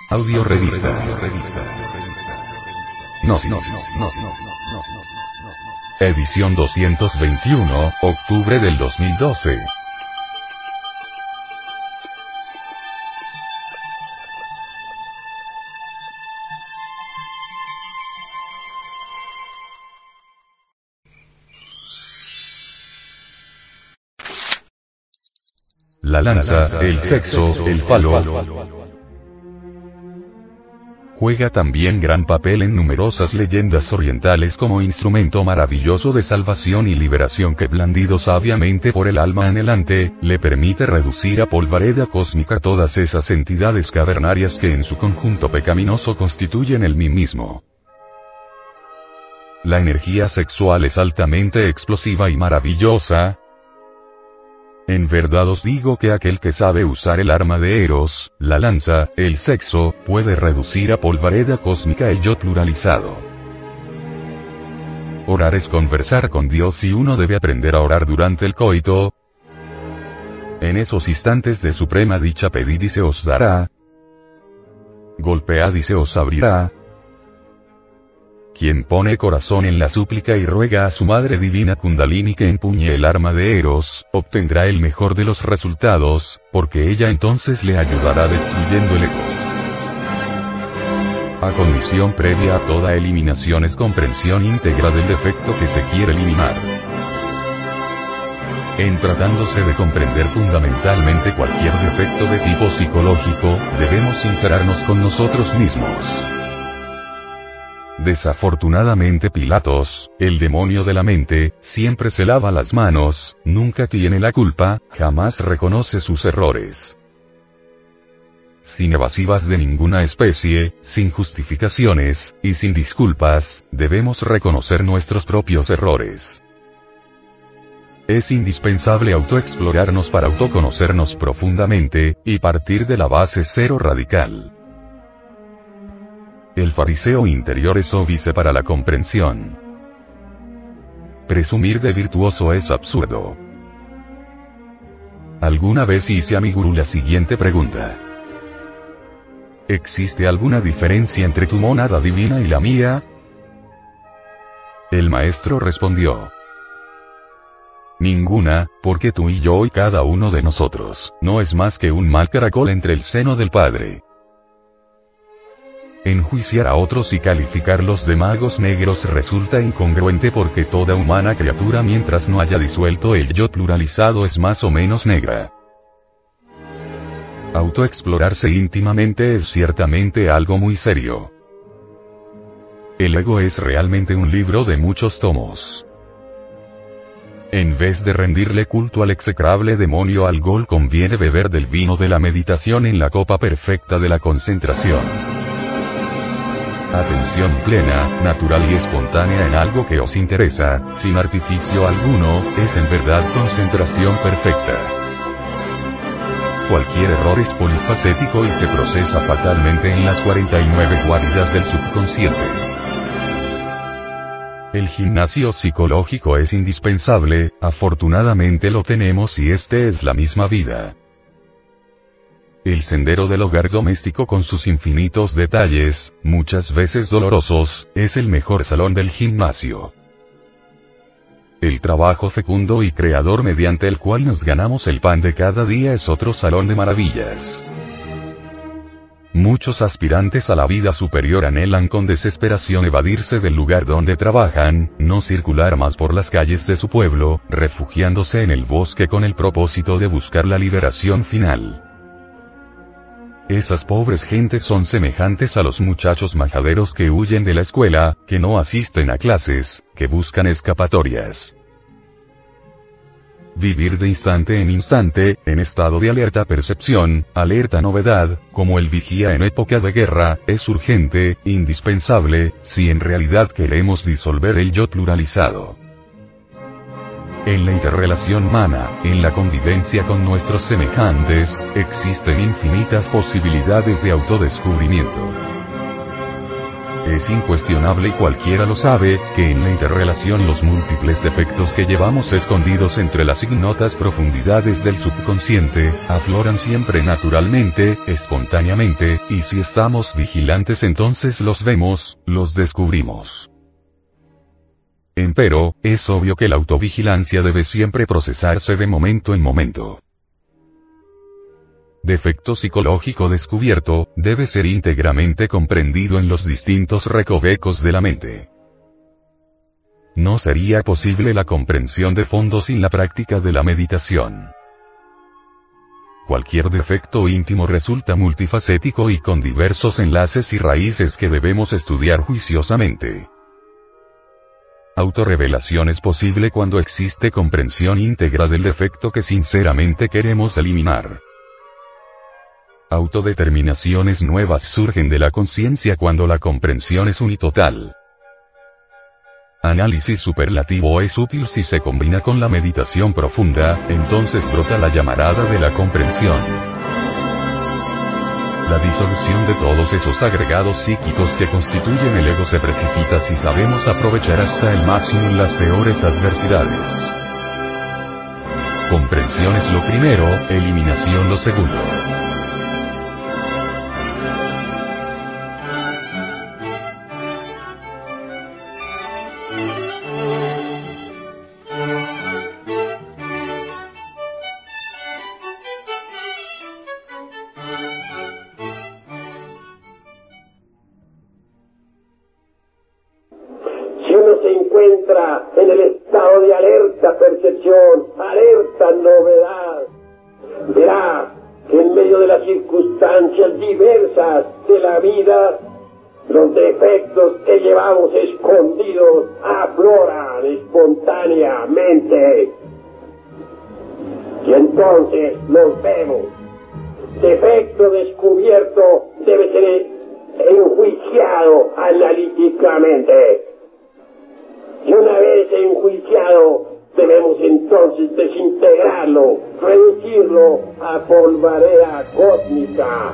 Audio revista. Edición 221, octubre del 2012. La lanza, el sexo, el falo. Juega también gran papel en numerosas leyendas orientales como instrumento maravilloso de salvación y liberación que, blandido sabiamente por el alma anhelante, le permite reducir a polvareda cósmica todas esas entidades cavernarias que en su conjunto pecaminoso constituyen el mí mismo. La energía sexual es altamente explosiva y maravillosa. En verdad os digo que aquel que sabe usar el arma de Eros, la lanza, el sexo, puede reducir a polvareda cósmica el yo pluralizado. Orar es conversar con Dios y uno debe aprender a orar durante el coito. En esos instantes de suprema dicha pedid y se os dará. Golpead y se os abrirá. Quien pone corazón en la súplica y ruega a su Madre Divina Kundalini que empuñe el arma de Eros, obtendrá el mejor de los resultados, porque ella entonces le ayudará destruyendo el ego. A condición previa a toda eliminación es comprensión íntegra del defecto que se quiere eliminar. En tratándose de comprender fundamentalmente cualquier defecto de tipo psicológico, debemos sincerarnos con nosotros mismos. Desafortunadamente Pilatos, el demonio de la mente, siempre se lava las manos, nunca tiene la culpa, jamás reconoce sus errores. Sin evasivas de ninguna especie, sin justificaciones, y sin disculpas, debemos reconocer nuestros propios errores. Es indispensable autoexplorarnos para autoconocernos profundamente, y partir de la base cero radical. El fariseo interior es óbice para la comprensión. Presumir de virtuoso es absurdo. Alguna vez hice a mi gurú la siguiente pregunta: ¿existe alguna diferencia entre tu mónada divina y la mía? El maestro respondió: ninguna, porque tú y yo y cada uno de nosotros, no es más que un mal caracol entre el seno del Padre. Enjuiciar a otros y calificarlos de magos negros resulta incongruente porque toda humana criatura mientras no haya disuelto el yo pluralizado es más o menos negra. Autoexplorarse íntimamente es ciertamente algo muy serio. El ego es realmente un libro de muchos tomos. En vez de rendirle culto al execrable demonio Algol, conviene beber del vino de la meditación en la copa perfecta de la concentración. Atención plena, natural y espontánea en algo que os interesa, sin artificio alguno, es en verdad concentración perfecta. Cualquier error es polifacético y se procesa fatalmente en las 49 guaridas del subconsciente. El gimnasio psicológico es indispensable, afortunadamente lo tenemos y este es la misma vida. El sendero del hogar doméstico con sus infinitos detalles, muchas veces dolorosos, es el mejor salón del gimnasio. El trabajo fecundo y creador mediante el cual nos ganamos el pan de cada día es otro salón de maravillas. Muchos aspirantes a la vida superior anhelan con desesperación evadirse del lugar donde trabajan, no circular más por las calles de su pueblo, refugiándose en el bosque con el propósito de buscar la liberación final. Esas pobres gentes son semejantes a los muchachos majaderos que huyen de la escuela, que no asisten a clases, que buscan escapatorias. Vivir de instante en instante, en estado de alerta percepción, alerta novedad, como el vigía en época de guerra, es urgente, indispensable, si en realidad queremos disolver el yo pluralizado. En la interrelación humana, en la convivencia con nuestros semejantes, existen infinitas posibilidades de autodescubrimiento. es incuestionable y cualquiera lo sabe, que en la interrelación los múltiples defectos que llevamos escondidos entre las ignotas profundidades del subconsciente, afloran siempre naturalmente, espontáneamente, y si estamos vigilantes entonces los vemos, los descubrimos. Empero, es obvio que la autovigilancia debe siempre procesarse de momento en momento. Defecto psicológico descubierto, debe ser íntegramente comprendido en los distintos recovecos de la mente. No sería posible la comprensión de fondo sin la práctica de la meditación. Cualquier defecto íntimo resulta multifacético y con diversos enlaces y raíces que debemos estudiar juiciosamente. Autorrevelación es posible cuando existe comprensión íntegra del defecto que sinceramente queremos eliminar. Autodeterminaciones nuevas surgen de la conciencia cuando la comprensión es unitotal. Análisis superlativo es útil si se combina con la meditación profunda, entonces brota la llamarada de la comprensión. La disolución de todos esos agregados psíquicos que constituyen el ego se precipita si sabemos aprovechar hasta el máximo las peores adversidades. Comprensión es lo primero, eliminación lo segundo. Se encuentra en el estado de alerta percepción, alerta novedad, verá que en medio de las circunstancias diversas de la vida, los defectos que llevamos escondidos afloran espontáneamente. Y entonces los vemos. Defecto descubierto debe ser enjuiciado analíticamente. Y una vez enjuiciado, debemos entonces desintegrarlo, reducirlo a polvareda cósmica.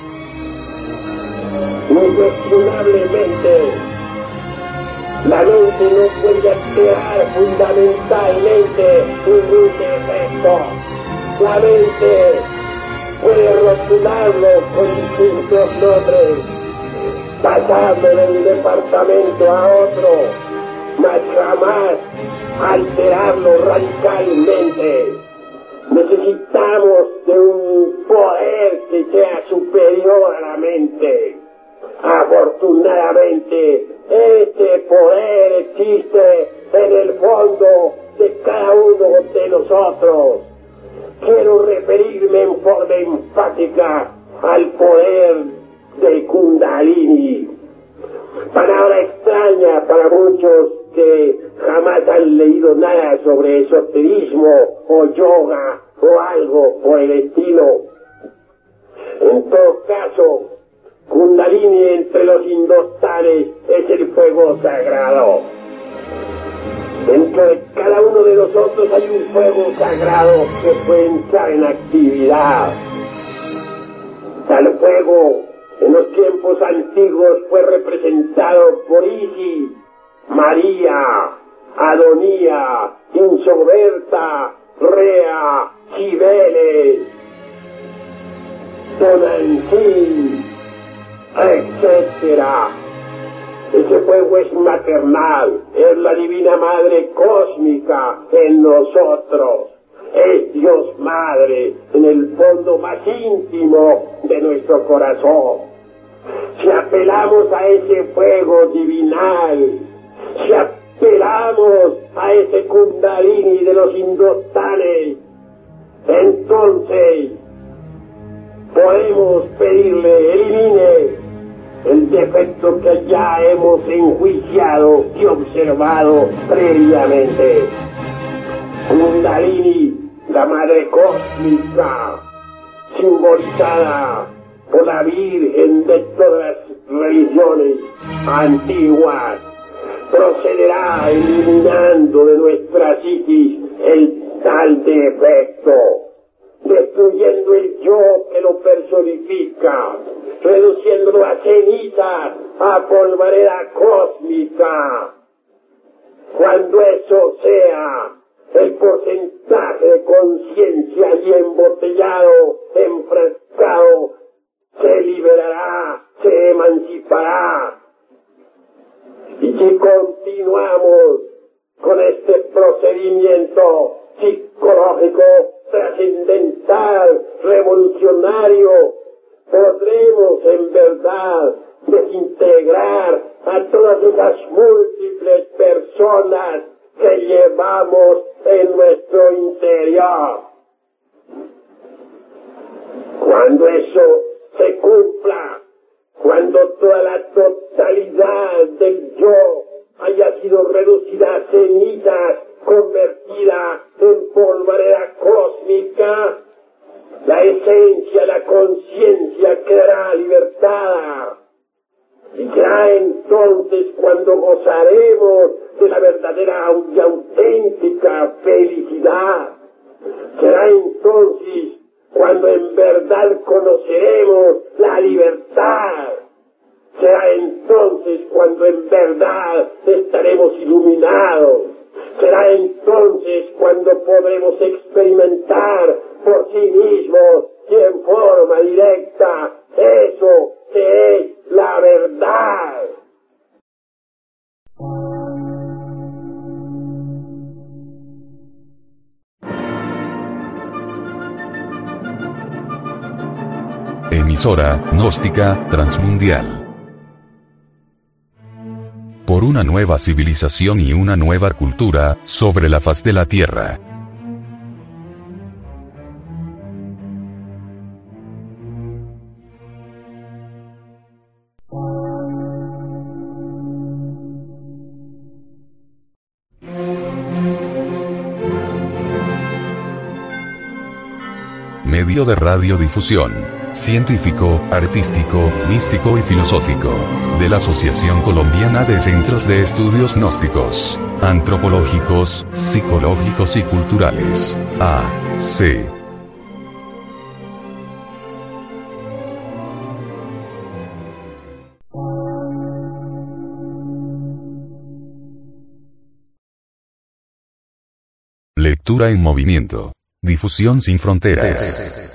Incuestionablemente, la mente no puede alterar fundamentalmente ningún defecto. La mente puede rotularlo con distintos nombres, pasarlo de un departamento a otro, mas jamás alterarlo radicalmente. Necesitamos de un poder que sea superior a la mente. Afortunadamente, este poder existe en el fondo de cada uno de nosotros. Quiero referirme en forma enfática al poder de Kundalini. Palabra extraña para muchos que jamás han leído nada sobre esoterismo o yoga o algo por el estilo. En todo caso, Kundalini entre los hindustanes es el fuego sagrado. Dentro de cada uno de nosotros hay un fuego sagrado que puede entrar en actividad. Tal fuego en los tiempos antiguos fue representado por Isis, María, Adonía, Insoberta, Rea, Cibeles, Tonantzin, etc. Ese fuego es maternal, es la divina madre cósmica en nosotros. Es Dios Madre en el fondo más íntimo de nuestro corazón. Si apelamos a ese fuego divinal, si apelamos a ese Kundalini de los hindustanes, entonces podemos pedirle elimine el defecto que ya hemos enjuiciado y observado previamente. Kundalini, la madre cósmica, simbolizada por la Virgen de todas las religiones antiguas, procederá eliminando de nuestra psiquis el tal defecto, destruyendo el yo que lo personifica, reduciéndolo a ceniza, a polvareda cósmica. Cuando eso sea, el porcentaje de conciencia allí embotellado, enfrascado, se liberará, se emancipará. Y si continuamos con este procedimiento psicológico trascendental, revolucionario, podremos en verdad desintegrar a todas esas múltiples personas que llevamos en nuestro interior. Cuando eso se cumpla, cuando toda la totalidad del yo haya sido reducida a cenizas, convertida en polvareda cósmica, la esencia, la conciencia quedará libertada. Y será entonces cuando gozaremos de la verdadera y auténtica felicidad. Será entonces cuando en verdad conoceremos la libertad. Será entonces cuando en verdad estaremos iluminados. Será entonces cuando podremos experimentar por sí mismos y en forma directa eso que es la verdad. Emisora gnóstica transmundial. Por una nueva civilización y una nueva cultura sobre la faz de la Tierra. Medio de radiodifusión, científico, artístico, místico y filosófico, de la Asociación Colombiana de Centros de Estudios Gnósticos, Antropológicos, Psicológicos y Culturales, AC. Lectura en movimiento. Difusión sin fronteras.